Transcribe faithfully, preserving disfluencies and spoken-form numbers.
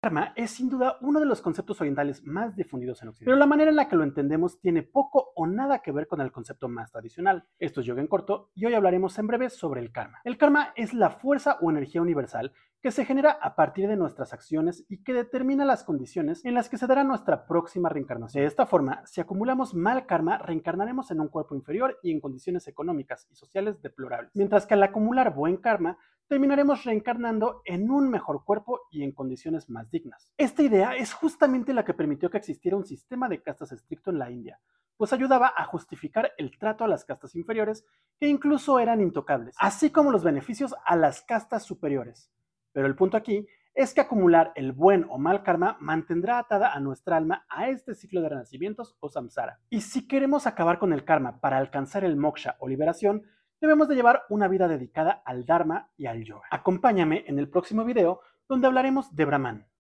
Karma es sin duda uno de los conceptos orientales más difundidos en Occidente, pero la manera en la que lo entendemos tiene poco o nada que ver con el concepto más tradicional. Esto es Yoga en Corto y hoy hablaremos en breve sobre el karma. El karma es la fuerza o energía universal que se genera a partir de nuestras acciones y que determina las condiciones en las que se dará nuestra próxima reencarnación. De esta forma, si acumulamos mal karma, reencarnaremos en un cuerpo inferior y en condiciones económicas y sociales deplorables, mientras que al acumular buen karma, terminaremos reencarnando en un mejor cuerpo y en condiciones más dignas. Esta idea es justamente la que permitió que existiera un sistema de castas estricto en la India, pues ayudaba a justificar el trato a las castas inferiores, que incluso eran intocables, así como los beneficios a las castas superiores. Pero el punto aquí es que acumular el buen o mal karma mantendrá atada a nuestra alma a este ciclo de renacimientos o samsara. Y si queremos acabar con el karma para alcanzar el moksha o liberación, debemos de llevar una vida dedicada al Dharma y al yoga. Acompáñame en el próximo video donde hablaremos de Brahman.